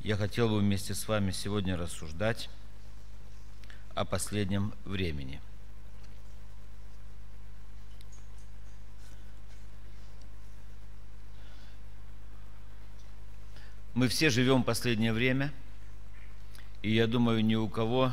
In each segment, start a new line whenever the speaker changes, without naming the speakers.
Я хотел бы вместе с вами сегодня рассуждать о последнем времени. Мы все живем в последнее время, и я думаю, ни у кого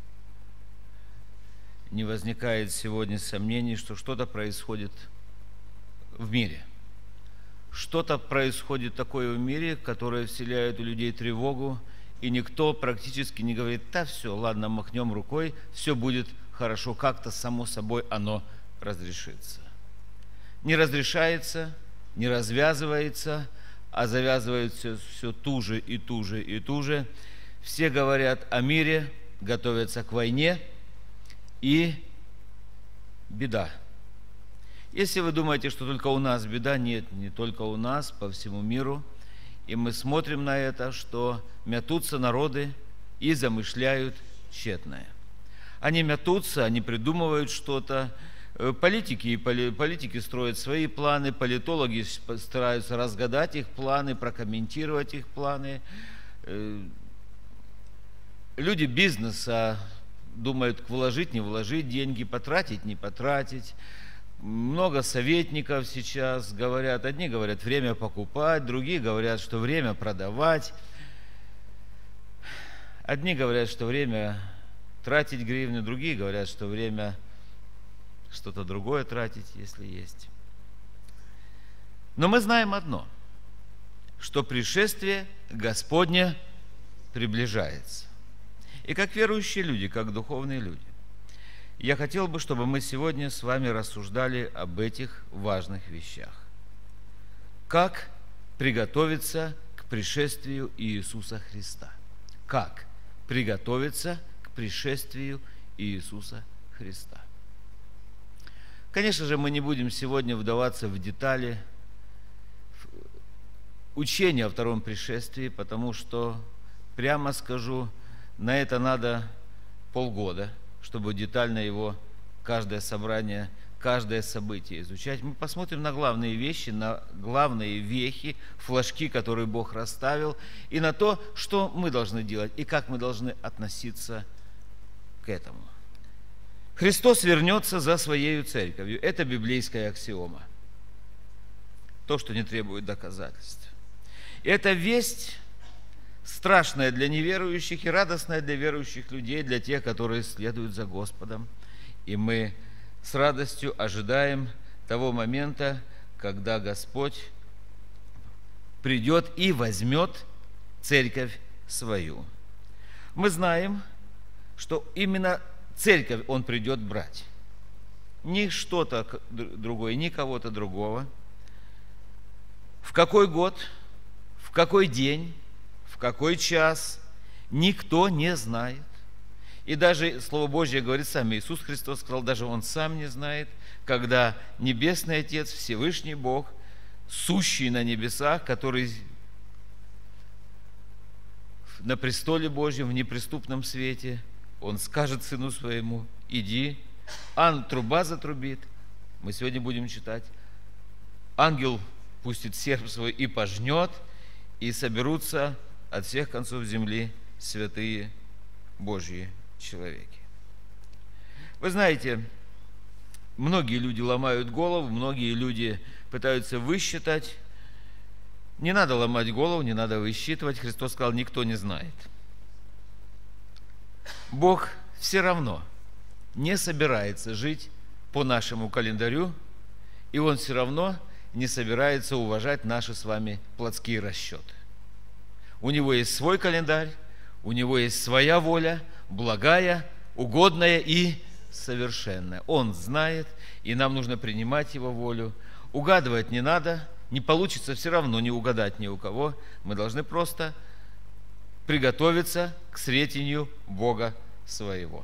не возникает сегодня сомнений, что что-то происходит в мире. Что-то происходит такое в мире, которое вселяет у людей тревогу, и никто практически не говорит: да все, ладно, махнем рукой, все будет хорошо, как-то само собой оно разрешится. Не разрешается, не развязывается, а завязывается все туже и туже и туже. Все говорят о мире, готовятся к войне, и беда. Если вы думаете, что только у нас беда, нет, не только у нас, по всему миру. И мы смотрим на это, что мятутся народы и замышляют тщетное. Они мятутся, они придумывают что-то. Политики строят свои планы, политологи стараются разгадать их планы, прокомментировать их планы. Люди бизнеса думают, вложить, не вложить деньги, потратить, не потратить. Много советников сейчас говорят. Одни говорят, время покупать, другие говорят, что время продавать. Одни говорят, что время тратить гривны, другие говорят, что время что-то другое тратить, если есть. Но мы знаем одно, что пришествие Господне приближается. И как верующие люди, как духовные люди, я хотел бы, чтобы мы сегодня с вами рассуждали об этих важных вещах. Как приготовиться к пришествию Иисуса Христа? Как приготовиться к пришествию Иисуса Христа? Конечно же, мы не будем сегодня вдаваться в детали учения о втором пришествии, потому что, прямо скажу, на это надо полгода, чтобы детально его, каждое собрание, каждое событие изучать. Мы посмотрим на главные вещи, на главные вехи, флажки, которые Бог расставил, и на то, что мы должны делать, и как мы должны относиться к этому. Христос вернется за Своею церковью. Это библейская аксиома. То, что не требует доказательств. Это весть страшная для неверующих и радостная для верующих людей, для тех, которые следуют за Господом. И мы с радостью ожидаем того момента, когда Господь придет и возьмет церковь свою. Мы знаем, что именно церковь Он придет брать. Не что-то другое, ни кого-то другого. В какой год, в какой день, в какой час, никто не знает. И даже Слово Божье говорит, сам Иисус Христос сказал, даже Он сам не знает, когда Небесный Отец, Всевышний Бог, сущий на небесах, который на престоле Божьем, в неприступном свете, Он скажет Сыну Своему: иди, труба затрубит. Мы сегодня будем читать. Ангел пустит серп свой и пожнет, и соберутся от всех концов земли святые Божьи человеки. Вы знаете, многие люди ломают голову, многие люди пытаются высчитать. Не надо ломать голову, не надо высчитывать. Христос сказал, никто не знает. Бог все равно не собирается жить по нашему календарю, и Он все равно не собирается уважать наши с вами плотские расчеты. У Него есть свой календарь, у Него есть своя воля, благая, угодная и совершенная. Он знает, и нам нужно принимать Его волю. Угадывать не надо, не получится все равно не угадать ни у кого. Мы должны просто приготовиться к сретению Бога своего.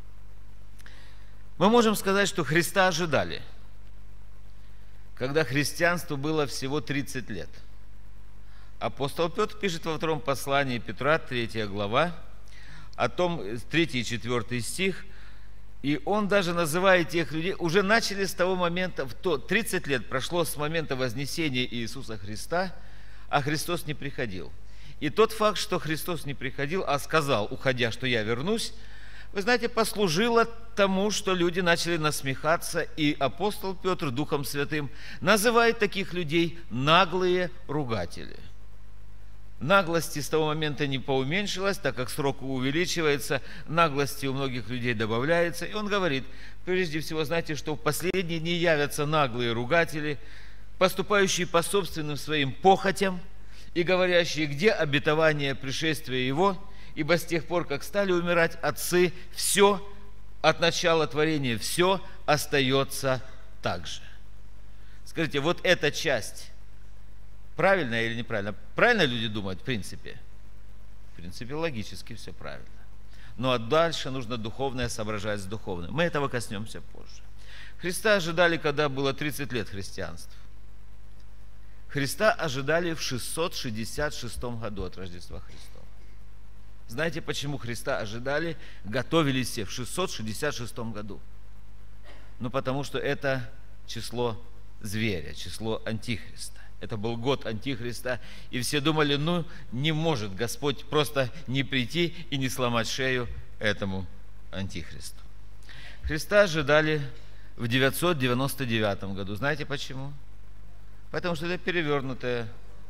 Мы можем сказать, что Христа ожидали, когда христианству было всего 30 лет. Апостол Петр пишет во втором послании Петра, 3 глава, о том, 3 и 4 стих, и он даже называет тех людей, уже начали с того момента, 30 лет прошло с момента вознесения Иисуса Христа, а Христос не приходил. И тот факт, что Христос не приходил, а сказал, уходя, что я вернусь, вы знаете, послужило тому, что люди начали насмехаться, и апостол Петр Духом Святым называет таких людей наглые ругатели. Наглости с того момента не поуменьшилась, так как срок увеличивается, наглости у многих людей добавляется. И он говорит, прежде всего, знаете, что в последние дни явятся наглые ругатели, поступающие по собственным своим похотям и говорящие, где обетование пришествия Его, ибо с тех пор, как стали умирать отцы, все, от начала творения, все остается так же. Скажите, вот эта часть правильно или неправильно? Правильно люди думают, в принципе? В принципе, логически все правильно. Ну а дальше нужно духовное соображать с духовным. Мы этого коснемся позже. Христа ожидали, когда было 30 лет христианства. Христа ожидали в 666 году от Рождества Христова. Знаете, почему Христа ожидали, готовились все в 666 году? Ну, потому что это число зверя, число Антихриста. Это был год Антихриста, и все думали, ну, не может Господь просто не прийти и не сломать шею этому Антихристу. Христа ожидали в 999 году. Знаете почему? Потому что это перевернутое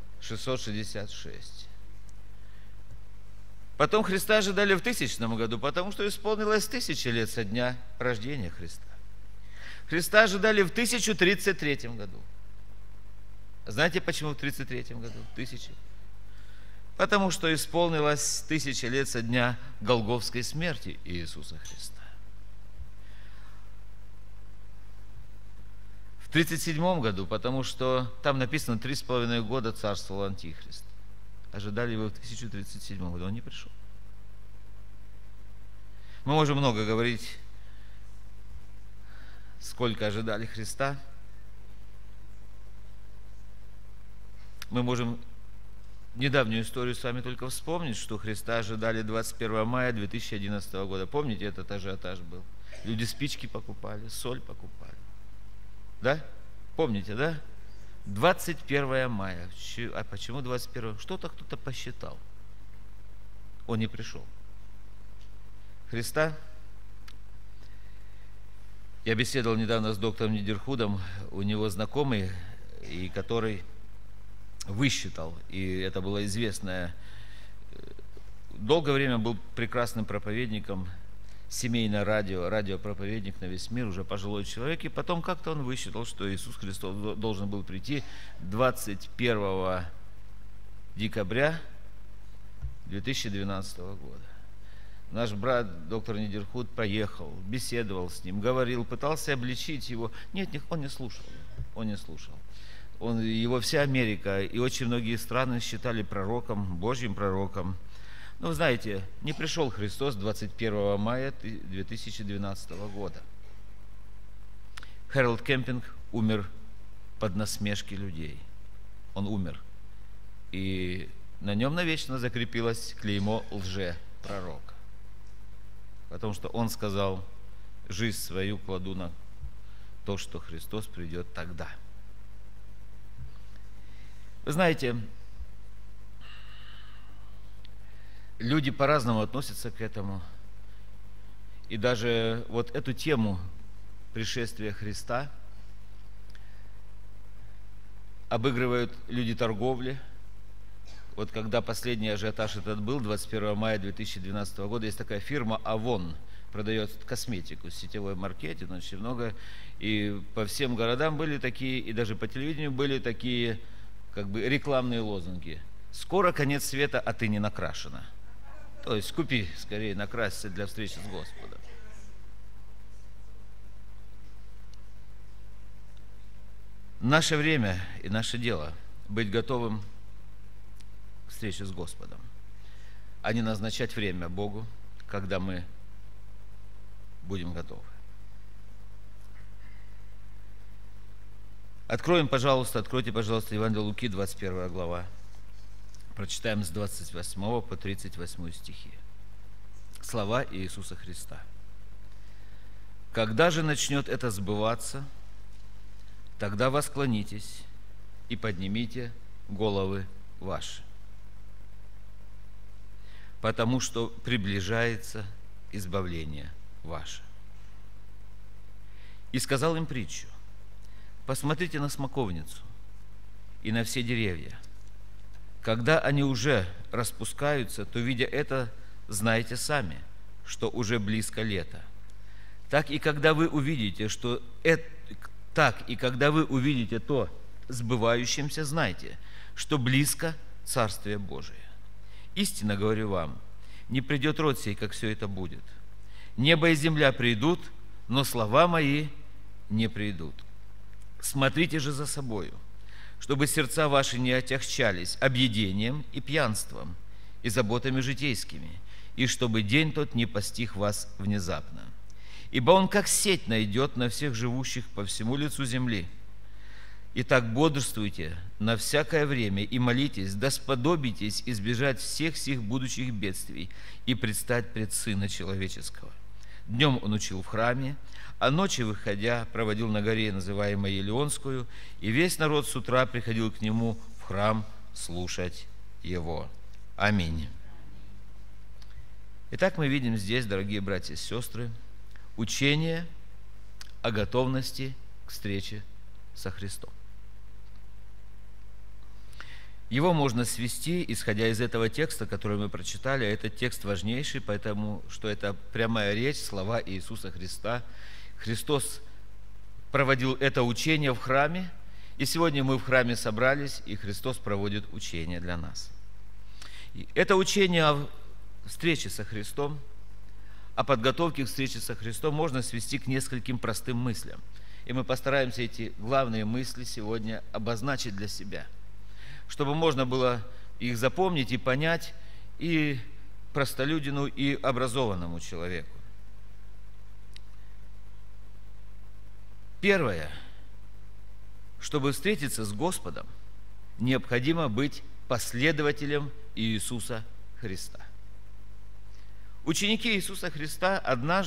666. Потом Христа ожидали в 1000 году, потому что исполнилось 1000 лет со дня рождения Христа. Христа ожидали в 1033 году. Знаете, почему в 1033 году? 1000. Потому что исполнилось 1000 лет со дня Голгофской смерти Иисуса Христа. В 37 году, потому что там написано 3,5 года царствовал Антихрист. Ожидали его в 1037 году, он не пришел. Мы можем много говорить, сколько ожидали Христа. Мы можем недавнюю историю с вами только вспомнить, что Христа ожидали 21 мая 2011 года. Помните, этот ажиотаж был? Люди спички покупали, соль покупали. Да? Помните, да? 21 мая. А почему 21? Что-то кто-то посчитал. Он не пришел. Христа. Я беседовал недавно с доктором Нидерхудом, у него знакомый, и который высчитал, и это было известное, долгое время был прекрасным проповедником, семейное радио, радиопроповедник на весь мир, уже пожилой человек, и потом как-то он высчитал, что Иисус Христос должен был прийти 21 декабря 2012 года. Наш брат, доктор Нидерхуд, поехал, беседовал с ним, говорил, пытался обличить его. Нет, он не слушал, он не слушал. Его вся Америка и очень многие страны считали пророком, Божьим пророком. Но, знаете, не пришел Христос 21 мая 2012 года. Хэролд Кемпинг умер под насмешки людей. Он умер. И на нем навечно закрепилось клеймо лжепророка. Потому что он сказал, жизнь свою кладу на то, что Христос придет тогда. Вы знаете, люди по-разному относятся к этому. И даже вот эту тему пришествия Христа обыгрывают люди торговли. Вот когда последний ажиотаж этот был, 21 мая 2012 года, есть такая фирма Avon, продает косметику, сетевой маркетинг, очень много. И по всем городам были такие, и даже по телевидению были такие, как бы рекламные лозунги. Скоро конец света, а ты не накрашена. То есть купи скорее накраситься для встречи с Господом. Наше время и наше дело быть готовым к встрече с Господом, а не назначать время Богу, когда мы будем готовы. Откройте, пожалуйста, Евангелие Луки, 21 глава. Прочитаем с 28 по 38 стихи. Слова Иисуса Христа. «Когда же начнет это сбываться, тогда восклонитесь и поднимите головы ваши, потому что приближается избавление ваше. И сказал им притчу: посмотрите на смоковницу и на все деревья. Когда они уже распускаются, то, видя это, знаете сами, что уже близко лето. Так и когда вы увидите то сбывающимся, знайте, что близко Царствие Божие. Истинно говорю вам, не придет род сей, как все это будет. Небо и земля придут, но слова мои не придут. Смотрите же за собою, чтобы сердца ваши не отягчались объедением и пьянством, и заботами житейскими, и чтобы день тот не постиг вас внезапно. Ибо он как сеть найдет на всех живущих по всему лицу земли. Итак, бодрствуйте на всякое время и молитесь, да сподобитесь избежать всех сих будущих бедствий и предстать пред Сына Человеческого. Днем он учил в храме, а ночью, выходя, проводил на горе, называемой Елеонскую, и весь народ с утра приходил к нему в храм слушать его. Аминь. Итак, мы видим здесь, дорогие братья и сестры, учение о готовности к встрече со Христом. Его можно свести, исходя из этого текста, который мы прочитали. Этот текст важнейший, потому что это прямая речь, слова Иисуса Христа. Христос проводил это учение в храме, и сегодня мы в храме собрались, и Христос проводит учение для нас. И это учение о встрече со Христом, о подготовке к встрече со Христом можно свести к нескольким простым мыслям. И мы постараемся эти главные мысли сегодня обозначить для себя, чтобы можно было их запомнить и понять и простолюдину, и образованному человеку. Первое. Чтобы встретиться с Господом, необходимо быть последователем Иисуса Христа. Ученики Иисуса Христа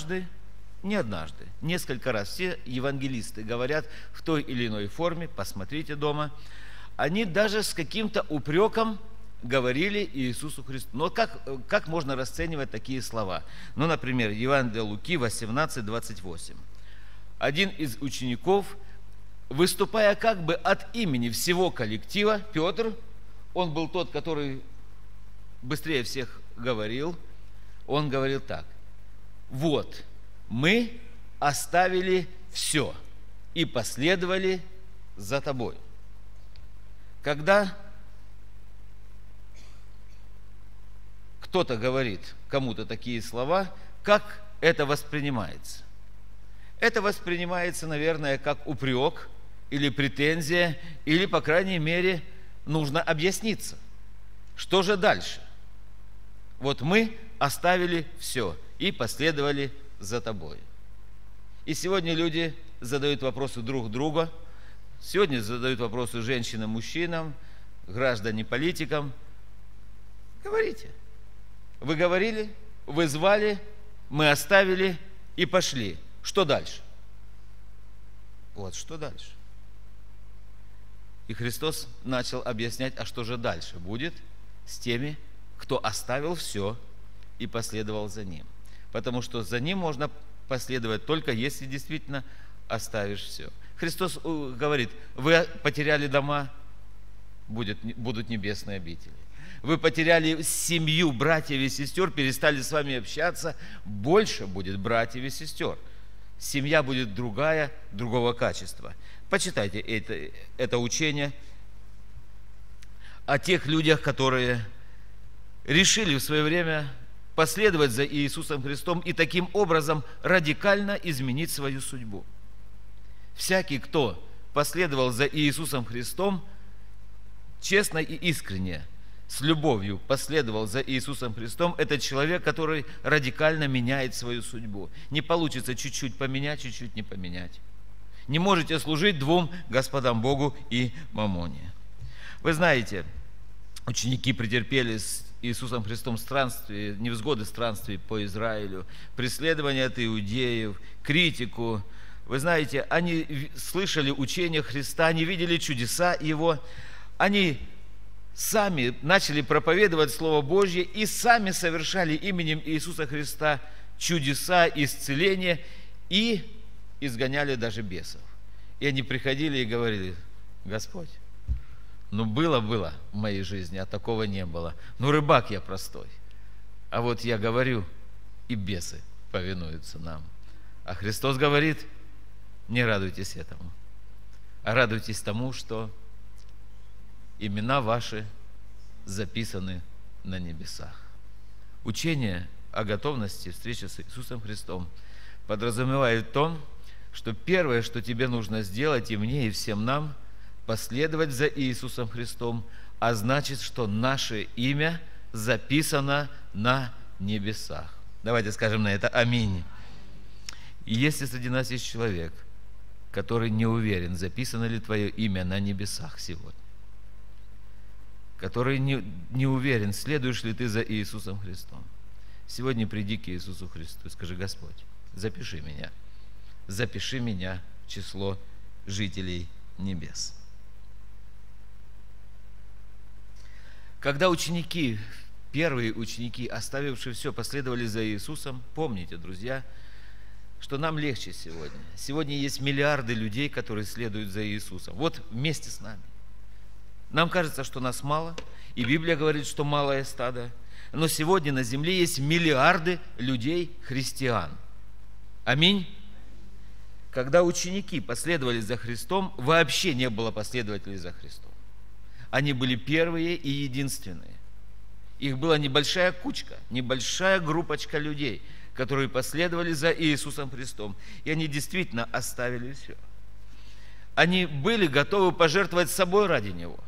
несколько раз, все евангелисты говорят в той или иной форме, посмотрите дома, они даже с каким-то упреком говорили Иисусу Христу. Но как можно расценивать такие слова? Ну, например, Евангелие Луки 18:28. Один из учеников, выступая как бы от имени всего коллектива, Петр, он был тот, который быстрее всех говорил, он говорил так: вот, мы оставили все и последовали за тобой. Когда кто-то говорит кому-то такие слова, как это воспринимается? Это воспринимается, наверное, как упрек или претензия, или, по крайней мере, нужно объясниться. Что же дальше? Вот мы оставили все и последовали за тобой. И сегодня люди задают вопросы друг другу. Сегодня задают вопросы женщинам, мужчинам, граждане, политикам. Говорите. Вы говорили, вы звали, мы оставили и пошли. Что дальше? Вот что дальше. И Христос начал объяснять, а что же дальше будет с теми, кто оставил все и последовал за Ним. Потому что за Ним можно последовать только если действительно оставишь все. Христос говорит: вы потеряли дома, будут небесные обители. Вы потеряли семью, братьев и сестер, перестали с вами общаться, больше будет братьев и сестер. Семья будет другого качества. Почитайте это учение о тех людях, которые решили в свое время последовать за Иисусом Христом и таким образом радикально изменить свою судьбу. Всякий, кто последовал за Иисусом Христом, честно и искренне, с любовью последовал за Иисусом Христом, это человек, который радикально меняет свою судьбу. Не получится чуть-чуть поменять, чуть-чуть не поменять. Не можете служить двум господам, Богу и мамоне. Вы знаете, ученики претерпели с Иисусом Христом странствия, невзгоды странствий по Израилю, преследование от иудеев, критику. Вы знаете, они слышали учение Христа, они видели чудеса Его, они сами начали проповедовать Слово Божье и сами совершали именем Иисуса Христа чудеса, исцеления и изгоняли даже бесов. И они приходили и говорили: Господь, ну было в моей жизни, а такого не было. Ну рыбак я простой. А вот я говорю, и бесы повинуются нам. А Христос говорит: не радуйтесь этому, а радуйтесь тому, что имена ваши записаны на небесах. Учение о готовности встречи с Иисусом Христом подразумевает то, что первое, что тебе нужно сделать, и мне, и всем нам, последовать за Иисусом Христом, а значит, что наше имя записано на небесах. Давайте скажем на это аминь. И если среди нас есть человек, который не уверен, записано ли твое имя на небесах сегодня, который не уверен, следуешь ли ты за Иисусом Христом, сегодня приди к Иисусу Христу и скажи: Господь, запиши меня в число жителей небес. Когда ученики, первые ученики, оставившие все, последовали за Иисусом, помните, друзья, что нам легче сегодня. Сегодня есть миллиарды людей, которые следуют за Иисусом. Вот вместе с нами. Нам кажется, что нас мало, и Библия говорит, что малое стадо. Но сегодня на земле есть миллиарды людей, христиан. Аминь. Когда ученики последовали за Христом, вообще не было последователей за Христом. Они были первые и единственные. Их была небольшая кучка, небольшая группочка людей, которые последовали за Иисусом Христом. И они действительно оставили все. Они были готовы пожертвовать собой ради Него.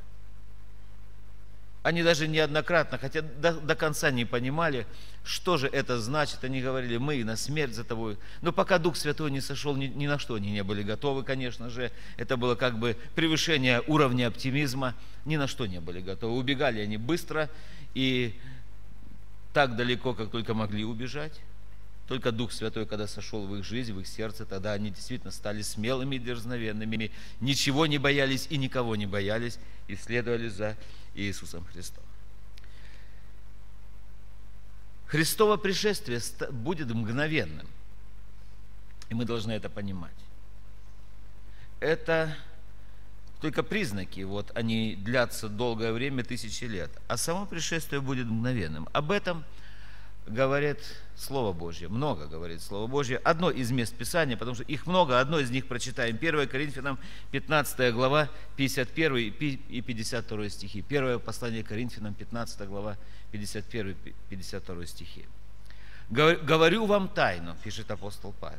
Они даже неоднократно, хотя до конца не понимали, что же это значит. Они говорили: мы на смерть за тобой. Но пока Дух Святой не сошел, ни на что они не были готовы, конечно же. Это было как бы превышение уровня оптимизма. Ни на что не были готовы. Убегали они быстро и так далеко, как только могли убежать. Только Дух Святой, когда сошел в их жизнь, в их сердце, тогда они действительно стали смелыми и дерзновенными, ничего не боялись и никого не боялись, и следовали за Иисусом Христом. Христово пришествие будет мгновенным, и мы должны это понимать. Это только признаки, вот они длятся долгое время, тысячи лет, а само пришествие будет мгновенным. Об этом говорит Слово Божье, много говорит Слово Божье. Одно из мест Писания, потому что их много, одно из них прочитаем. 1 Коринфянам 15 глава, 51 и 52 стихи. Первое послание Коринфянам, 15 глава, 51 и 52 стихи. «Говорю вам тайну», пишет апостол Павел.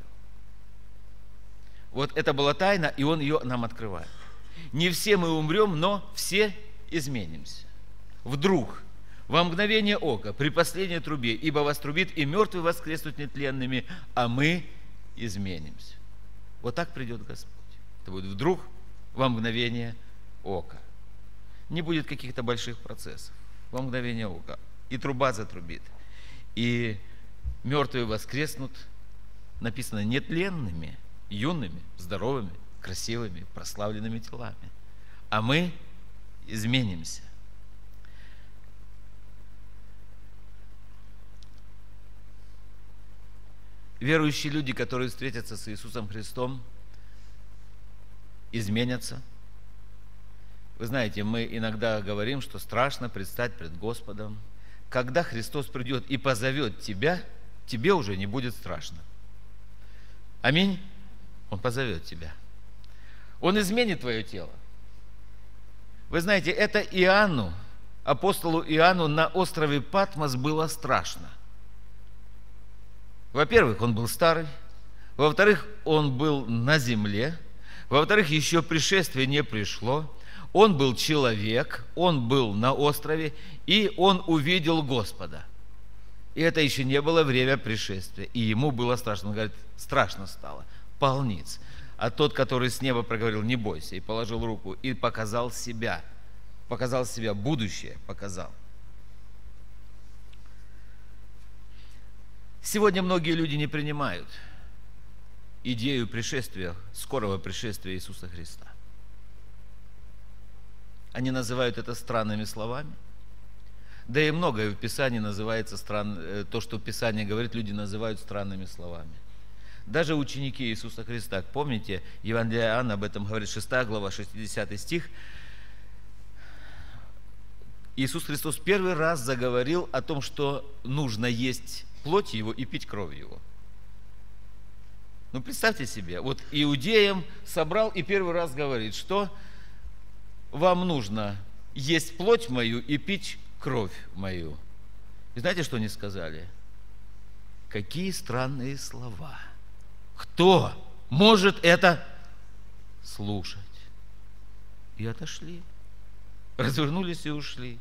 Вот это была тайна, и он ее нам открывает. «Не все мы умрем, но все изменимся. Вдруг, во мгновение ока, при последней трубе, ибо вострубит, и мертвые воскреснут нетленными, а мы изменимся». Вот так придет Господь. Это будет вдруг, во мгновение ока. Не будет каких-то больших процессов. Во мгновение ока. И труба затрубит. И мертвые воскреснут, написано, нетленными, юными, здоровыми, красивыми, прославленными телами. А мы изменимся. Верующие люди, которые встретятся с Иисусом Христом, изменятся. Вы знаете, мы иногда говорим, что страшно предстать пред Господом. Когда Христос придет и позовет тебя, тебе уже не будет страшно. Аминь. Он позовет тебя. Он изменит твое тело. Вы знаете, это Иоанну, апостолу Иоанну на острове Патмос было страшно. Во-первых, он был старый. Во-вторых, он был на земле. Во-вторых, еще пришествие не пришло. Он был человек, он был на острове, и он увидел Господа. И это еще не было время пришествия. И ему было страшно. Он говорит, страшно стало, полниц. А тот, который с неба проговорил, не бойся, и положил руку, и показал себя, будущее показал. Сегодня многие люди не принимают идею пришествия, скорого пришествия Иисуса Христа. Они называют это странными словами. Да и многое в Писании называется то, что Писание говорит, люди называют странными словами. Даже ученики Иисуса Христа, помните, Евангелие Иоанна об этом говорит, 6 глава, 60 стих. Иисус Христос первый раз заговорил о том, что нужно есть плоть Его и пить кровь Его. Ну, представьте себе, вот иудеям собрал и первый раз говорит, что вам нужно есть плоть мою и пить кровь мою. И знаете, что они сказали? Какие странные слова. Кто может это слушать? И отошли. Развернулись и ушли.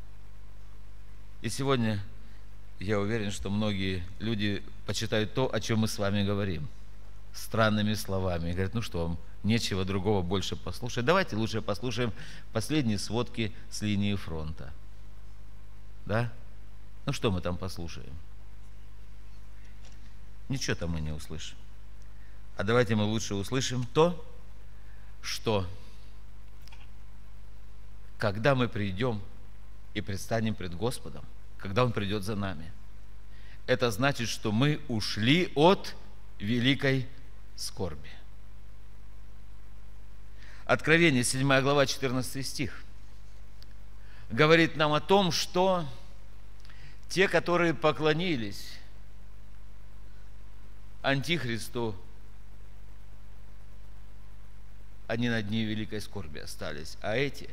И сегодня я уверен, что многие люди почитают то, о чем мы с вами говорим, странными словами. И говорят, ну что, вам нечего другого больше послушать. Давайте лучше послушаем последние сводки с линии фронта. Да? Ну что мы там послушаем? Ничего там мы не услышим. А давайте мы лучше услышим то, что когда мы придем и предстанем пред Господом, когда Он придет за нами, это значит, что мы ушли от великой скорби. Откровение, 7 глава, 14 стих, говорит нам о том, что те, которые поклонились Антихристу, они на дне великой скорби остались. А эти...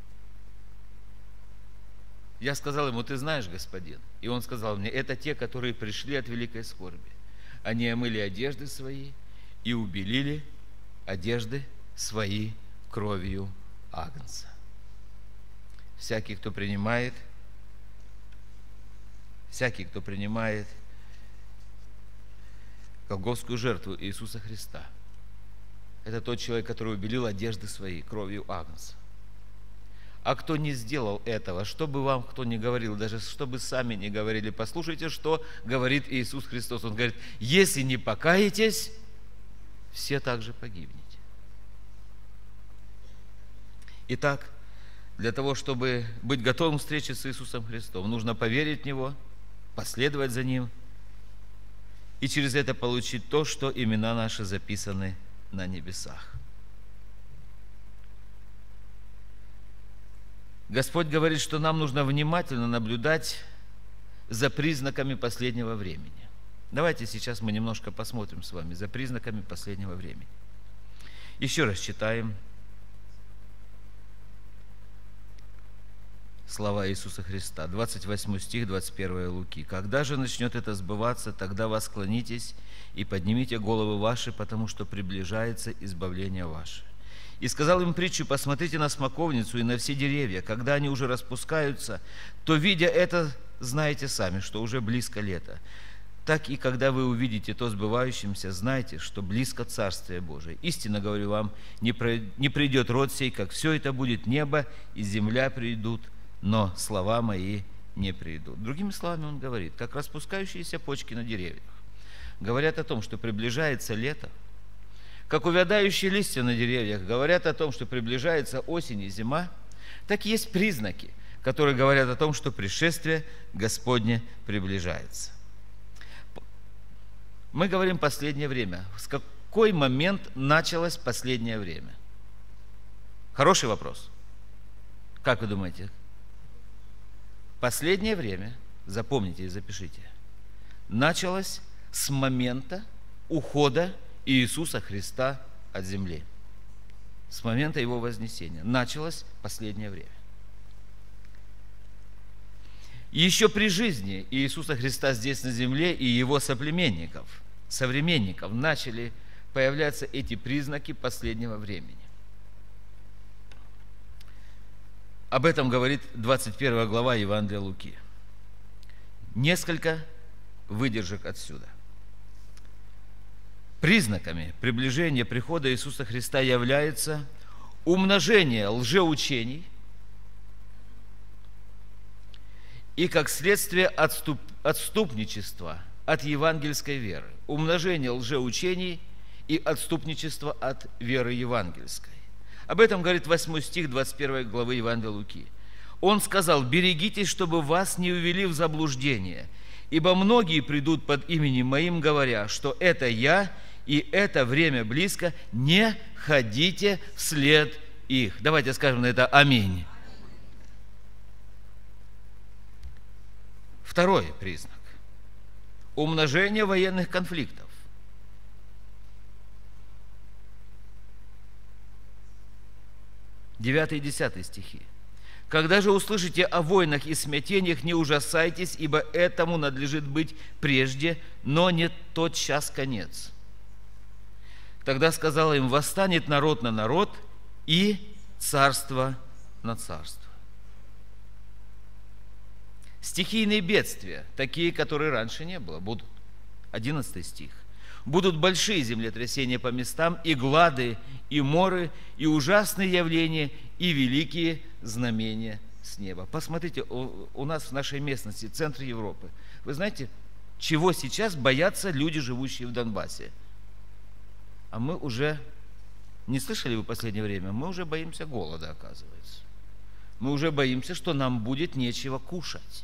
Я сказал ему, ты знаешь, господин? И он сказал мне, это те, которые пришли от великой скорби. Они омыли одежды свои и убелили одежды свои кровью агнца. Всякий, кто принимает голгофскую жертву Иисуса Христа, это тот человек, который убелил одежды свои кровью агнца. А кто не сделал этого, что бы вам кто ни говорил, даже что бы сами не говорили, послушайте, что говорит Иисус Христос. Он говорит, если не покаетесь, все также погибнете. Итак, для того, чтобы быть готовым к встрече с Иисусом Христом, нужно поверить в Него, последовать за Ним и через это получить то, что имена наши записаны на небесах. Господь говорит, что нам нужно внимательно наблюдать за признаками последнего времени. Давайте сейчас мы немножко посмотрим с вами за признаками последнего времени. Еще раз читаем слова Иисуса Христа, 28 стих, 21 Луки. «Когда же начнет это сбываться, тогда восклонитесь и поднимите головы ваши, потому что приближается избавление ваше». И сказал им притчу, посмотрите на смоковницу и на все деревья, когда они уже распускаются, то, видя это, знаете сами, что уже близко лето. Так и когда вы увидите то сбывающимся, знайте, что близко Царствие Божие. Истинно говорю вам, не придет род сей, как все это будет, небо и земля придут, но слова мои не придут. Другими словами он говорит, как распускающиеся почки на деревьях говорят о том, что приближается лето, как увядающие листья на деревьях говорят о том, что приближается осень и зима, так есть признаки, которые говорят о том, что пришествие Господне приближается. Мы говорим последнее время. С какой момент началось последнее время? Хороший вопрос. Как вы думаете? Последнее время, запомните и запишите, началось с момента ухода Иисуса Христа от земли. С момента Его вознесения. Началось последнее время. Еще при жизни Иисуса Христа здесь на земле и Его соплеменников, современников начали появляться эти признаки последнего времени. Об этом говорит 21 глава Евангелия Луки. Несколько выдержек отсюда. Признаками приближения прихода Иисуса Христа является умножение лжеучений и, как следствие, отступничества от евангельской веры. Умножение лжеучений и отступничество от веры евангельской. Об этом говорит 8 стих 21 главы Евангелия Луки. Он сказал: «Берегитесь, чтобы вас не увели в заблуждение, ибо многие придут под именем Моим, говоря, что это Я, и это время близко, не ходите вслед их». Давайте скажем на это аминь. Второй признак. Умножение военных конфликтов. 9 и 10 стихи. «Когда же услышите о войнах и смятениях, не ужасайтесь, ибо этому надлежит быть прежде, но не тотчас конец. Тогда сказала им: восстанет народ на народ и царство на царство». Стихийные бедствия, такие, которые раньше не было, будут. 11 стих. «Будут большие землетрясения по местам, и глады, и моры, и ужасные явления, и великие знамения с неба». Посмотрите, у нас в нашей местности, в центре Европы, вы знаете, чего сейчас боятся люди, живущие в Донбассе? А мы уже, не слышали вы в последнее время, мы уже боимся голода, оказывается. Мы уже боимся, что нам будет нечего кушать.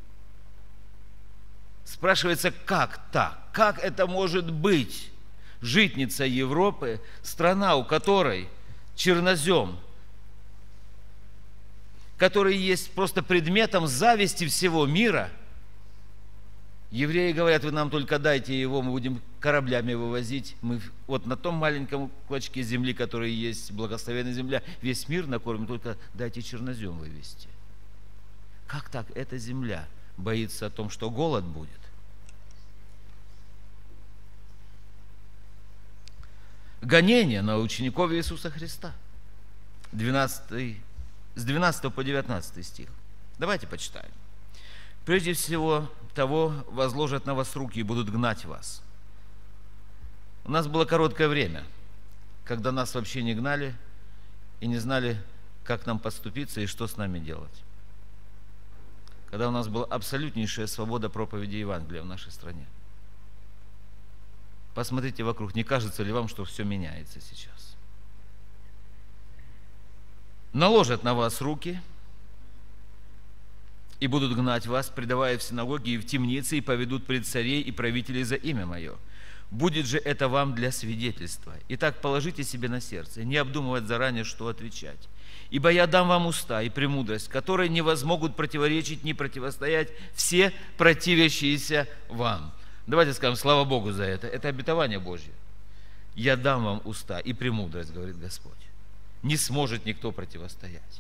Спрашивается, как так? Как это может быть? Житница Европы, страна, у которой чернозем, который есть просто предметом зависти всего мира. Евреи говорят: вы нам только дайте его, мы будем кораблями вывозить. Мы вот на том маленьком клочке земли, который есть, благословенная земля, весь мир накормим, только дайте чернозем вывезти. Как так эта земля боится о том, что голод будет? Гонение на учеников Иисуса Христа. С 12 по 19 стих. Давайте почитаем. «Прежде всего того возложат на вас руки и будут гнать вас». У нас было короткое время, когда нас вообще не гнали и не знали, как нам подступиться и что с нами делать. Когда у нас была абсолютнейшая свобода проповеди Евангелия в нашей стране. Посмотрите вокруг, не кажется ли вам, что все меняется сейчас? Наложат на вас руки и будут гнать вас, предавая в синагоги и в темницы, и поведут пред царей и правителей за имя Мое. Будет же это вам для свидетельства. Итак, положите себе на сердце, не обдумывать заранее, что отвечать. Ибо я дам вам уста и премудрость, которые не возмогут противоречить, ни противостоять все противящиеся вам. Давайте скажем: слава Богу за это. Это обетование Божье. Я дам вам уста и премудрость, говорит Господь. Не сможет никто противостоять.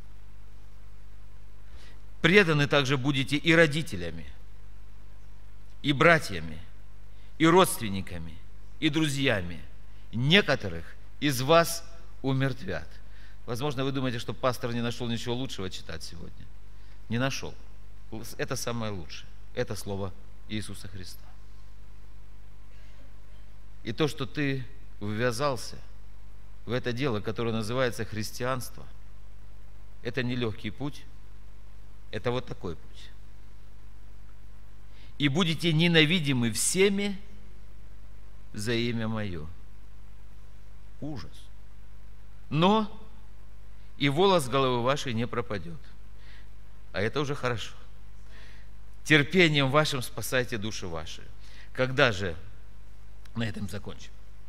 Преданы также будете и родителями, и братьями, и родственниками, и друзьями. Некоторых из вас умертвят. Возможно, вы думаете, что пастор не нашел ничего лучшего читать сегодня. Не нашел. Это самое лучшее. Это слово Иисуса Христа. И то, что ты ввязался в это дело, которое называется христианство, это не легкий путь, это вот такой путь. «И будете ненавидимы всеми за имя Мое». Ужас. «Но и волос с головы вашей не пропадет». А это уже хорошо. «Терпением вашим спасайте души ваши». Когда же, на этом закончим,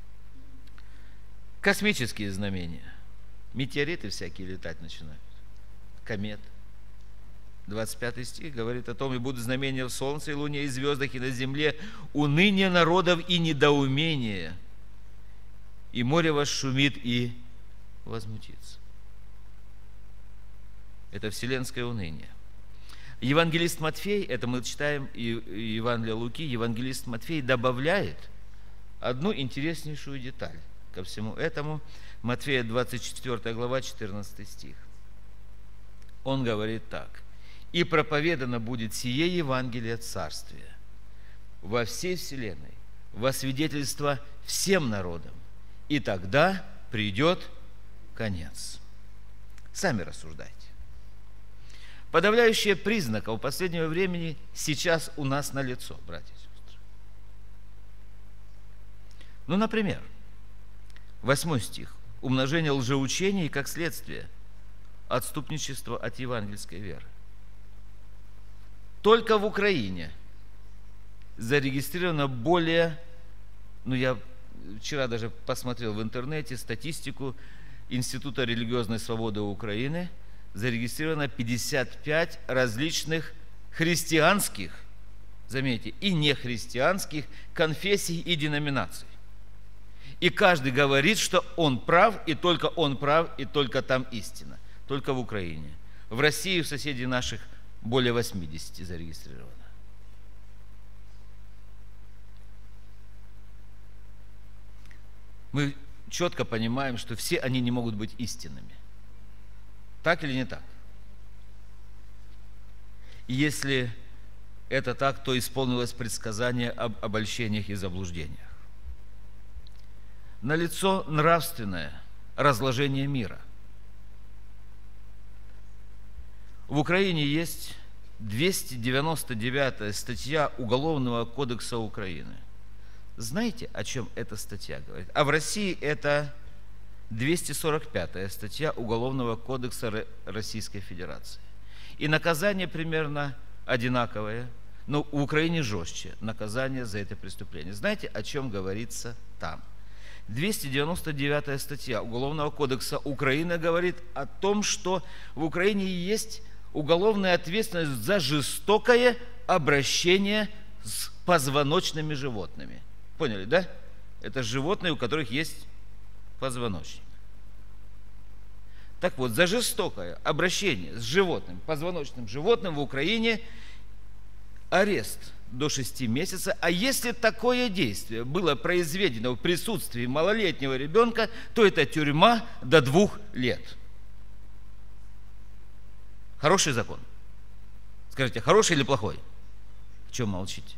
космические знамения, метеориты всякие летать начинают, комет. 25 стих говорит о том: «И будут знамения в солнце, и луне, и звездах, и на земле, уныние народов и недоумение, и море вас шумит и возмутится». Это вселенское уныние. Евангелист Матфей, это мы читаем Евангелие Луки, евангелист Матфей добавляет одну интереснейшую деталь ко всему этому. Матфея 24 глава, 14 стих. Он говорит так: «И проповедано будет сие Евангелие Царствия во всей вселенной, во свидетельство всем народам, и тогда придет конец». Сами рассуждайте. Подавляющие признаков последнего времени сейчас у нас налицо, братья и сестры. Ну, например, 8 стих. умножение лжеучений и, как следствие, отступничество от евангельской веры. Только в Украине зарегистрировано более, я вчера даже посмотрел в интернете статистику Института религиозной свободы Украины, зарегистрировано 55 различных христианских, заметьте, и нехристианских конфессий и деноминаций. И каждый говорит, что он прав, и только там истина. Только в Украине. В России, в соседей наших, более 80 зарегистрировано. Мы четко понимаем, что все они не могут быть истинными. Так или не так? И если это так, то исполнилось предсказание об обольщениях и заблуждениях. Налицо нравственное разложение мира. В Украине есть 299 статья Уголовного кодекса Украины. Знаете, о чем эта статья говорит? А в России это 245 статья Уголовного кодекса Российской Федерации. И наказание примерно одинаковое, но в Украине жестче наказание за это преступление. Знаете, о чем говорится там? 299 статья Уголовного кодекса Украины говорит о том, что в Украине есть уголовная ответственность за жестокое обращение с позвоночными животными. Поняли, да? Это животные, у которых есть позвоночник. Так вот, за жестокое обращение с животным, позвоночным животным в Украине арест до 6 месяцев, а если такое действие было произведено в присутствии малолетнего ребенка, то это тюрьма до 2 лет. Хороший закон? Скажите, хороший или плохой? О чем молчите?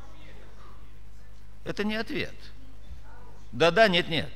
Это не ответ. Да-да, нет-нет.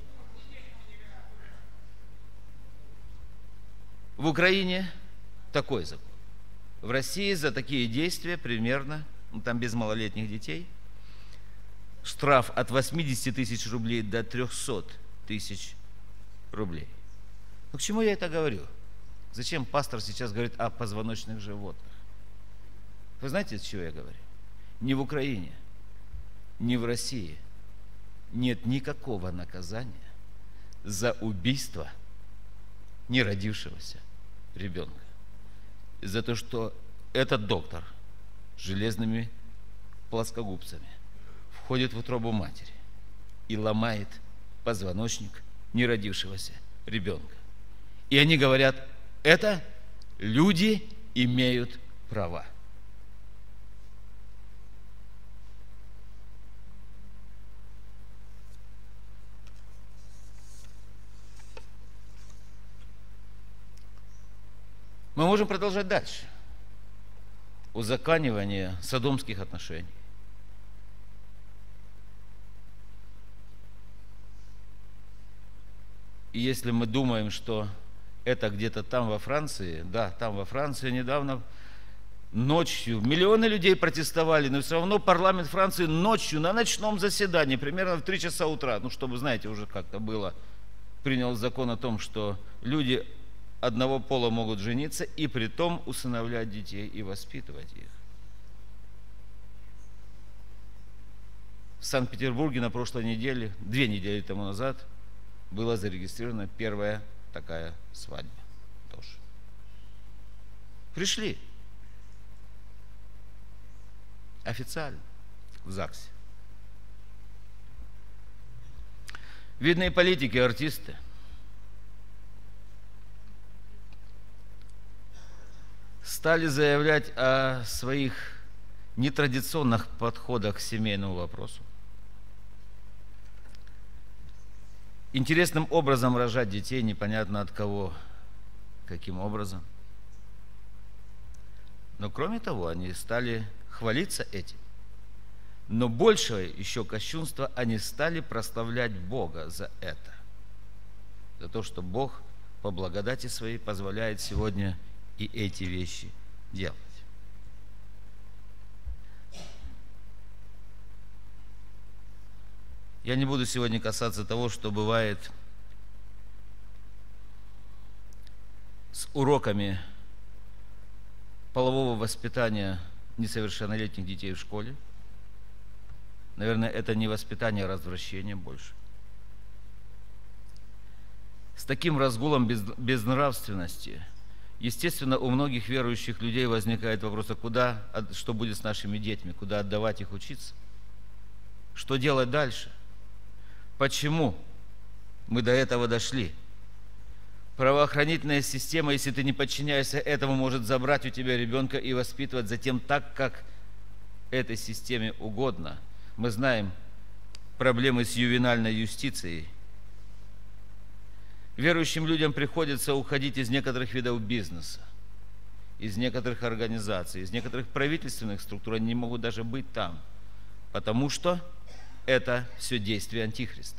В Украине такой закон. В России за такие действия примерно, там без малолетних детей, штраф от 80 тысяч рублей до 300 тысяч рублей. К чему я это говорю? Зачем пастор сейчас говорит о позвоночных животных? Вы знаете, с чего я говорю? Ни в Украине, ни в России нет никакого наказания за убийство неродившегося ребенка. За то, что этот доктор с железными плоскогубцами входит в утробу матери и ломает позвоночник неродившегося ребенка. И они говорят, это люди имеют права. Мы можем продолжать дальше. Узаконивание содомских отношений. И если мы думаем, что это где-то там во Франции, да, там во Франции недавно ночью миллионы людей протестовали, но все равно парламент Франции ночью на ночном заседании, примерно в 3 часа утра, чтобы, знаете, уже как-то было, принял закон о том, что люди одного пола могут жениться и притом усыновлять детей и воспитывать их. В Санкт-Петербурге на прошлой неделе, 2 недели тому назад, была зарегистрирована первая такая свадьба тоже. Пришли официально в ЗАГСе. Видные политики, артисты. Стали заявлять о своих нетрадиционных подходах к семейному вопросу. Интересным образом рожать детей, непонятно от кого, каким образом. Но кроме того, они стали хвалиться этим. Но большее еще кощунство, они стали прославлять Бога за это. За то, что Бог по благодати своей позволяет сегодня и эти вещи делать. Я не буду сегодня касаться того, что бывает уроками полового воспитания несовершеннолетних детей в школе. Наверное, это не воспитание, а развращение больше. С таким разгулом безнравственности, естественно, у многих верующих людей возникает вопрос, а что будет с нашими детьми, куда отдавать их учиться? Что делать дальше? Почему мы до этого дошли? Правоохранительная система, если ты не подчиняешься этому, может забрать у тебя ребенка и воспитывать затем так, как этой системе угодно. Мы знаем проблемы с ювенальной юстицией. Верующим людям приходится уходить из некоторых видов бизнеса, из некоторых организаций, из некоторых правительственных структур. Они не могут даже быть там, потому что это все действие Антихриста.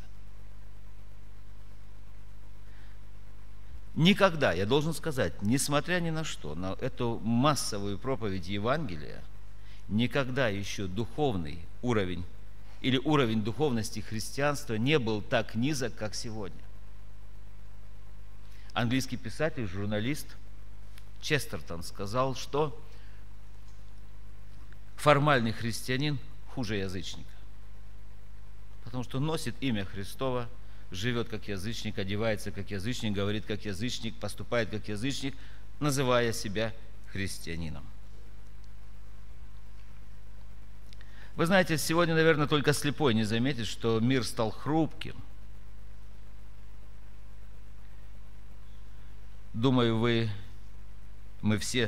Никогда, я должен сказать, несмотря ни на что, на эту массовую проповедь Евангелия, никогда еще духовный уровень или уровень духовности христианства не был так низок, как сегодня. Английский писатель, журналист Честертон сказал, что формальный христианин хуже язычника, потому что носит имя Христово, живет как язычник, одевается как язычник, говорит как язычник, поступает как язычник, называя себя христианином. Вы знаете, сегодня, наверное, только слепой не заметит, что мир стал хрупким. Думаю, мы все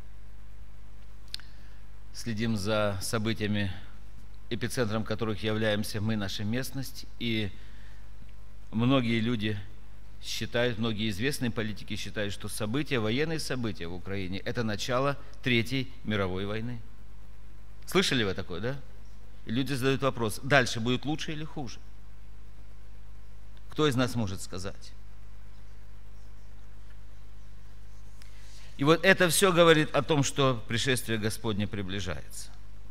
следим за событиями, эпицентром которых являемся мы, наша местность, и многие люди считают, многие известные политики считают, что события, военные события в Украине – это начало Третьей мировой войны. Слышали вы такое, да? И люди задают вопрос, дальше будет лучше или хуже? Кто из нас может сказать? И вот это все говорит о том, что пришествие Господне приближается.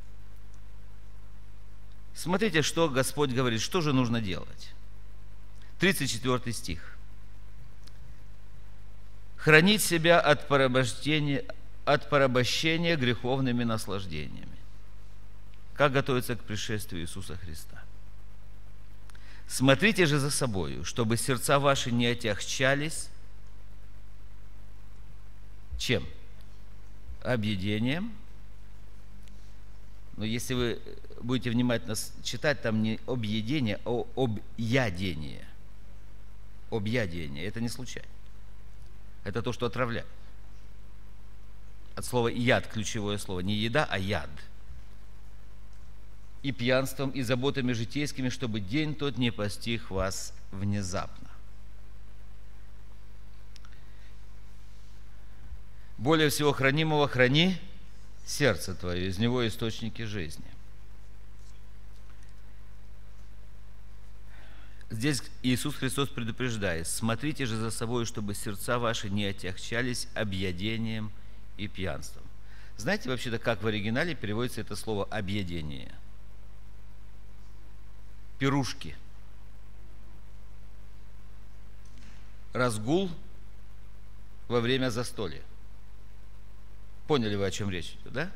Смотрите, что Господь говорит, что же нужно делать. 34 стих. «Хранить себя от порабощения греховными наслаждениями». Как готовиться к пришествию Иисуса Христа? «Смотрите же за собою, чтобы сердца ваши не отягчались». Чем? Объедением. Но если вы будете внимательно читать, там не объедение, а объядение. Объядение. Это не случайно. Это то, что отравляет. От слова яд ключевое слово. Не еда, а яд. И пьянством, и заботами житейскими, чтобы день тот не постиг вас внезапно. Более всего хранимого храни сердце твое, из него источники жизни. Здесь Иисус Христос предупреждает: смотрите же за собой, чтобы сердца ваши не отягчались объедением и пьянством. Знаете вообще-то, как в оригинале переводится это слово «объедение»? Пирушки. Разгул во время застолья. Поняли вы, о чем речь идет, да?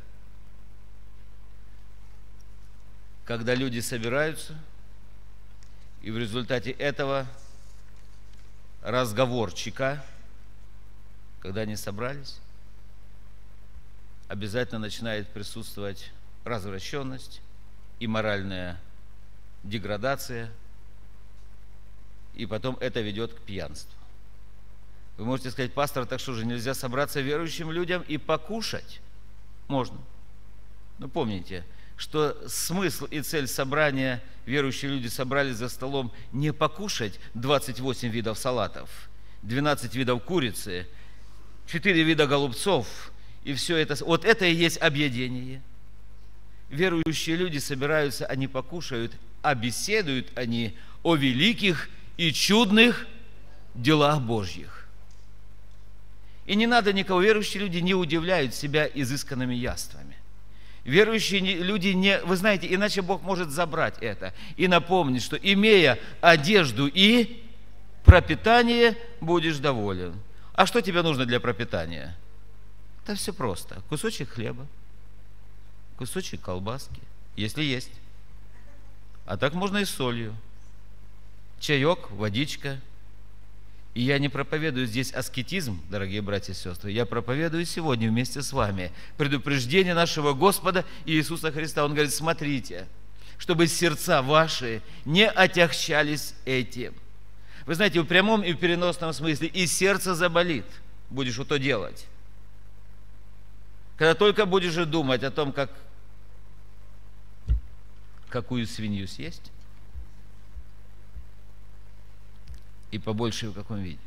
Когда люди собираются, и в результате этого разговорчика, когда они собрались, обязательно начинает присутствовать развращенность и моральная деградация, и потом это ведет к пьянству. Вы можете сказать: пастор, так что же, нельзя собраться верующим людям и покушать? Можно. Но помните, что смысл и цель собрания, верующие люди собрались за столом не покушать 28 видов салатов, 12 видов курицы, 4 вида голубцов, и все это. Вот это и есть объедение. Верующие люди собираются, они покушают, а беседуют они о великих и чудных делах Божьих. И не надо никого, верующие люди не удивляют себя изысканными яствами. Верующие люди не, вы знаете, иначе Бог может забрать это и напомнить, что имея одежду и пропитание, будешь доволен. А что тебе нужно для пропитания? Да все просто. Кусочек хлеба, кусочек колбаски, если есть. А так можно и с солью. Чаек, водичка. И я не проповедую здесь аскетизм, дорогие братья и сестры. Я проповедую сегодня вместе с вами предупреждение нашего Господа Иисуса Христа. Он говорит, смотрите, чтобы сердца ваши не отягчались этим. Вы знаете, в прямом и в переносном смысле и сердце заболит, будешь вот то делать. Когда только будешь же думать о том, какую свинью съесть, и побольше в каком виде.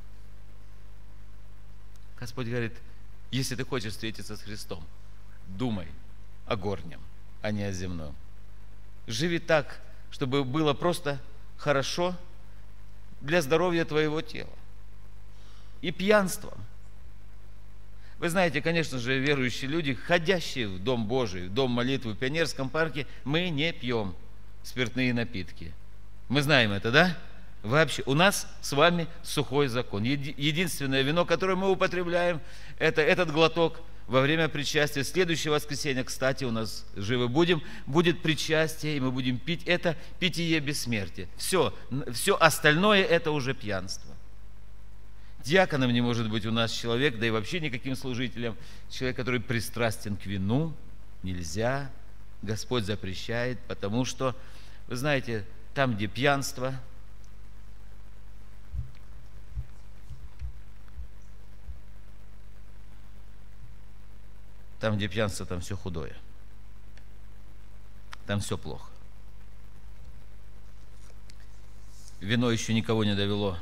Господь говорит, если ты хочешь встретиться с Христом, думай о горнем, а не о земном. Живи так, чтобы было просто хорошо для здоровья твоего тела. И пьянством. Вы знаете, конечно же, верующие люди, ходящие в Дом Божий, в Дом молитвы в Пионерском парке, мы не пьем спиртные напитки. Мы знаем это, да? Вообще, у нас с вами сухой закон. Единственное вино, которое мы употребляем, это этот глоток во время причастия. Следующее воскресенье, кстати, у нас живы будем, будет причастие, и мы будем пить это питье бессмертия. Все остальное это уже пьянство. Диаконом не может быть у нас человек, да и вообще никаким служителем, человек, который пристрастен к вину, нельзя. Господь запрещает, потому что, вы знаете, там, где пьянство, там все худое. Там все плохо. Вино еще никого не довело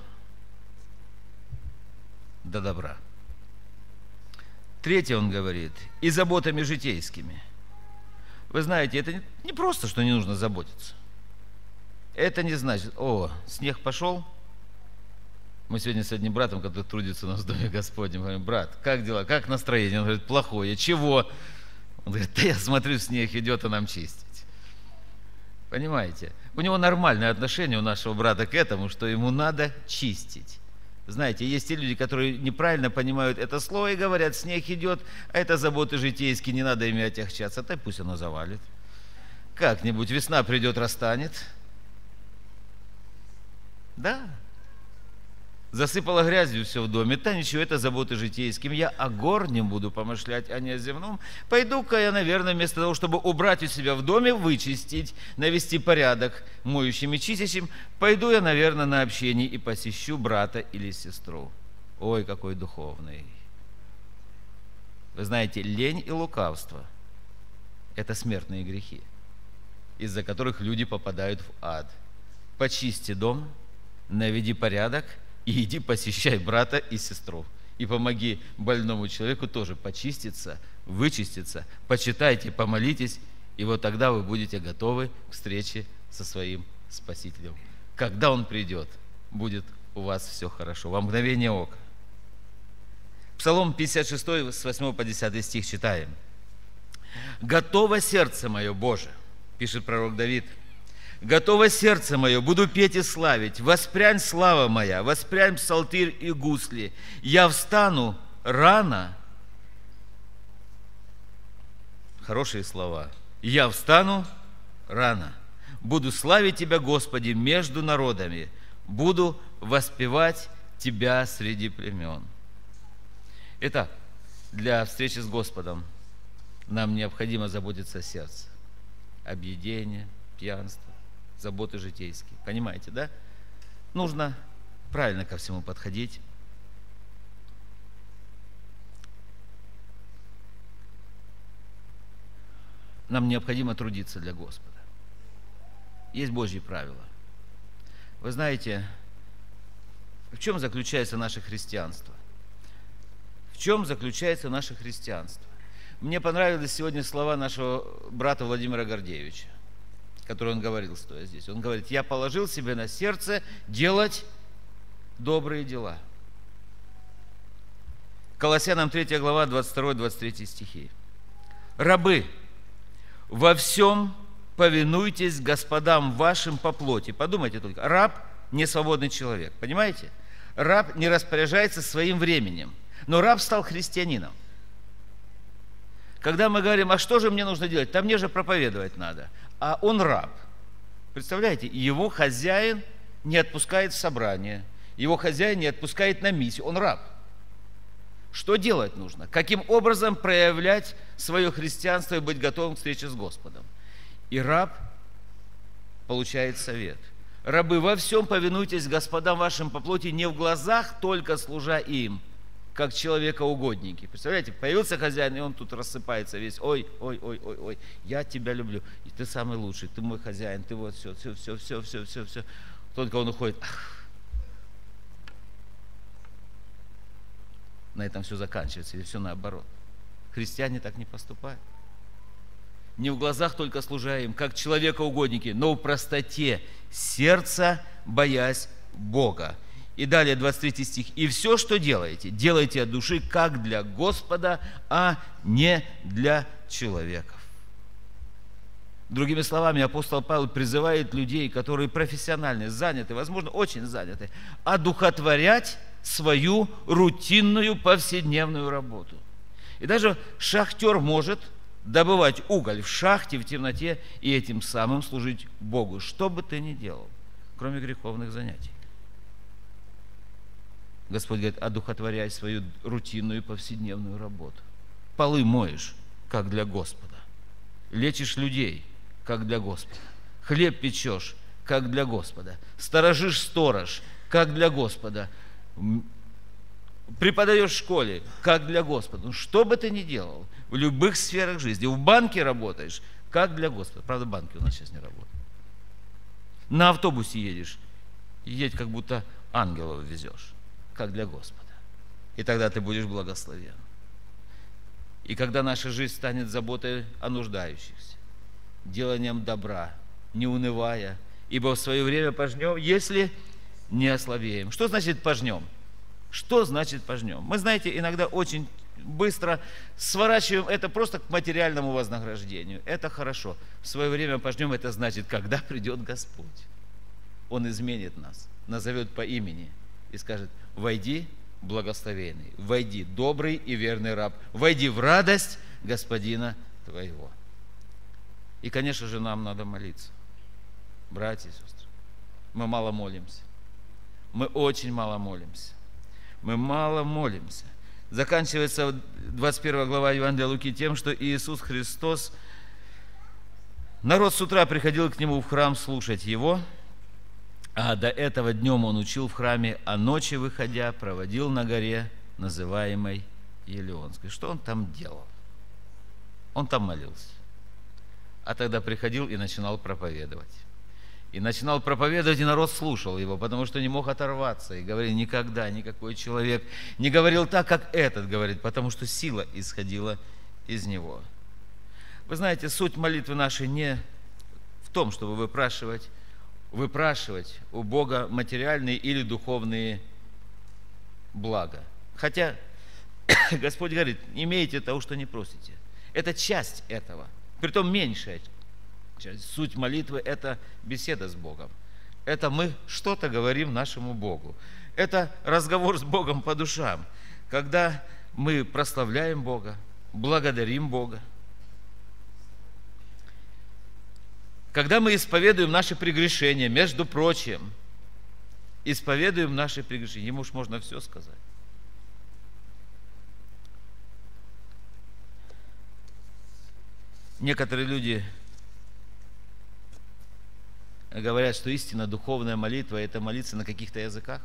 до добра. Третье, он говорит, и заботами житейскими. Вы знаете, это не просто, что не нужно заботиться. Это не значит, снег пошел. Мы сегодня с одним братом, который трудится у нас в Доме Господнем, говорим, брат, как дела, как настроение? Он говорит, плохое. Чего? Он говорит, да я смотрю, снег идет, а нам чистить. Понимаете? У него нормальное отношение у нашего брата к этому, что ему надо чистить. Знаете, есть те люди, которые неправильно понимают это слово и говорят, снег идет, а это заботы житейские, не надо ими отягчаться. Да пусть оно завалит. Как-нибудь весна придет, расстанет. Да. Засыпала грязью все в доме. Да ничего, это заботы житейским. Я о горнем буду помышлять, а не о земном. Пойду-ка я, наверное, вместо того, чтобы убрать у себя в доме, вычистить, навести порядок моющим и чистящим, пойду я, наверное, на общение и посещу брата или сестру. Ой, какой духовный. Вы знаете, лень и лукавство – это смертные грехи, из-за которых люди попадают в ад. Почисти дом, наведи порядок, и иди посещай брата и сестру. И помоги больному человеку тоже почиститься, вычиститься. Почитайте, помолитесь, и вот тогда вы будете готовы к встрече со своим Спасителем. Когда Он придет, будет у вас все хорошо. Во мгновение ока. Псалом 56, с 8 по 10 стих читаем. «Готово сердце мое, Боже», пишет пророк Давид, «готово сердце мое, буду петь и славить, воспрянь слава моя, воспрянь псалтырь и гусли, я встану рано». Хорошие слова. «Я встану рано, буду славить Тебя, Господи, между народами, буду воспевать Тебя среди племен». Итак, для встречи с Господом нам необходимо заботиться о сердце. Объедение, пьянство, заботы житейские. Понимаете, да? Нужно правильно ко всему подходить. Нам необходимо трудиться для Господа. Есть Божьи правила. Вы знаете, в чем заключается наше христианство? В чем заключается наше христианство? Мне понравились сегодня слова нашего брата Владимира Гордеевича, который он говорил, стоя здесь. Он говорит, я положил себе на сердце делать добрые дела. Колоссянам 3 глава, 22-23 стихи. Рабы, во всем повинуйтесь господам вашим по плоти. Подумайте только, раб – не свободный человек, понимаете? раб не распоряжается своим временем, но раб стал христианином. Когда мы говорим, а что же мне нужно делать? Там мне же проповедовать надо. А он раб. Представляете, его хозяин не отпускает в собрание, его хозяин не отпускает на миссию, он раб. Что делать нужно? Каким образом проявлять свое христианство и быть готовым к встрече с Господом? И раб получает совет. Рабы, во всем повинуйтесь господам вашим по плоти, не в глазах только служа им, как человекоугодники. Представляете, появился хозяин, и он тут рассыпается весь. Ой, ой, ой, ой, ой, я тебя люблю. И ты самый лучший, ты мой хозяин, ты вот все. Только он уходит. На этом все заканчивается, или все наоборот. Христиане так не поступают. Не в глазах только служа им, как человекоугодники, но в простоте сердца, боясь Бога. И далее 23 стих. «И все, что делаете, делайте от души, как для Господа, а не для человеков». Другими словами, апостол Павел призывает людей, которые профессионально заняты, возможно, очень заняты, одухотворять свою рутинную повседневную работу. И даже шахтер может добывать уголь в шахте, в темноте, и этим самым служить Богу, что бы ты ни делал, кроме греховных занятий. Господь говорит, одухотворяй свою рутинную повседневную работу. Полы моешь, как для Господа. Лечишь людей, как для Господа. Хлеб печешь, как для Господа. Сторожишь сторож, как для Господа. Преподаешь в школе, как для Господа. Ну, что бы ты ни делал, в любых сферах жизни, в банке работаешь, как для Господа. Правда, банки у нас сейчас не работают. На автобусе едешь, едь, как будто ангелов везешь, как для Господа. И тогда ты будешь благословен. И когда наша жизнь станет заботой о нуждающихся, деланием добра, не унывая, ибо в свое время пожнем, если не ослабеем. Что значит пожнем? Что значит пожнем? Мы, знаете, иногда очень быстро сворачиваем это просто к материальному вознаграждению. Это хорошо. В свое время пожнем, это значит, когда придет Господь. Он изменит нас, назовет по имени и скажет, войди, благословенный, войди, добрый и верный раб, войди в радость Господина твоего. И, конечно же, нам надо молиться. Братья и сестры, мы мало молимся. Мы очень мало молимся. Мы мало молимся. Заканчивается 21 глава Евангелия Луки тем, что Иисус Христос, народ с утра приходил к Нему в храм слушать Его, а до этого днем Он учил в храме, а ночи, выходя, проводил на горе, называемой Елеонской. Что Он там делал? Он там молился. А тогда приходил и начинал проповедовать. И начинал проповедовать, и народ слушал его, потому что не мог оторваться. И говорил, никогда никакой человек не говорил так, как этот говорит, потому что сила исходила из него. Вы знаете, суть молитвы нашей не в том, чтобы выпрашивать у Бога материальные или духовные блага. Хотя Господь говорит, имейте того, что не просите. Это часть этого, притом меньшая часть. Суть молитвы – это беседа с Богом. Это мы что-то говорим нашему Богу. Это разговор с Богом по душам, когда мы прославляем Бога, благодарим Бога. Когда мы исповедуем наши прегрешения, между прочим, исповедуем наши прегрешения, ему уж можно все сказать. Некоторые люди говорят, что истинно духовная молитва – это молиться на каких-то языках.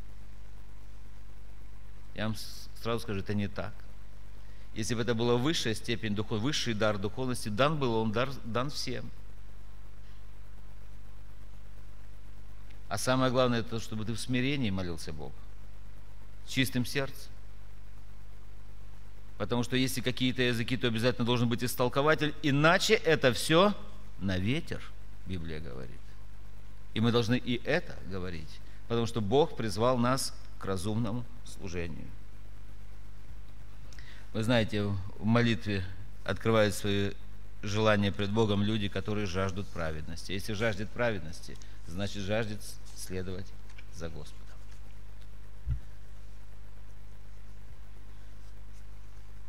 Я вам сразу скажу, это не так. Если бы это была высшая степень, высший дар духовности, дан был, он дан всем. А самое главное, это чтобы ты в смирении молился Богу, с чистым сердцем. Потому что если какие-то языки, то обязательно должен быть истолкователь, иначе это все на ветер, Библия говорит. И мы должны и это говорить, потому что Бог призвал нас к разумному служению. Вы знаете, в молитве открывают свои желания пред Богом люди, которые жаждут праведности. Если жаждет праведности, значит жаждет следовать за Господом.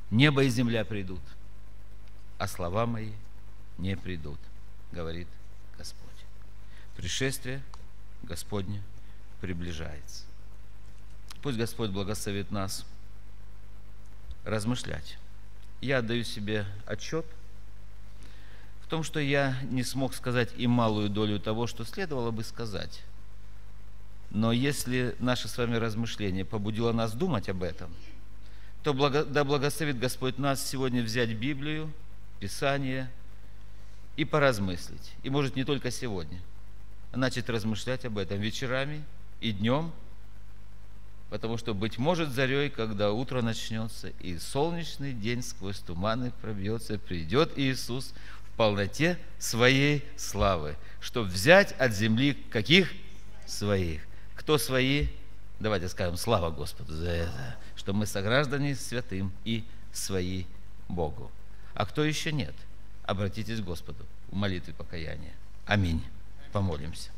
Небо и земля придут, а слова мои не придут, говорит Господь. Пришествие Господне приближается. Пусть Господь благословит нас размышлять. Я отдаю себе отчет в том, что я не смог сказать и малую долю того, что следовало бы сказать. Но если наше с вами размышление побудило нас думать об этом, то да благословит Господь нас сегодня взять Библию, Писание и поразмыслить. И может не только сегодня, а начать размышлять об этом вечерами и днем, потому что, быть может, зарей, когда утро начнется, и солнечный день сквозь туманы пробьется, придет Иисус в полноте Своей славы, чтобы взять от земли каких? Своих. Кто свои? Давайте скажем, слава Господу за это, что мы сограждане святым и свои Богу. А кто еще нет? Обратитесь к Господу в молитве покаяния. Аминь. Помолимся.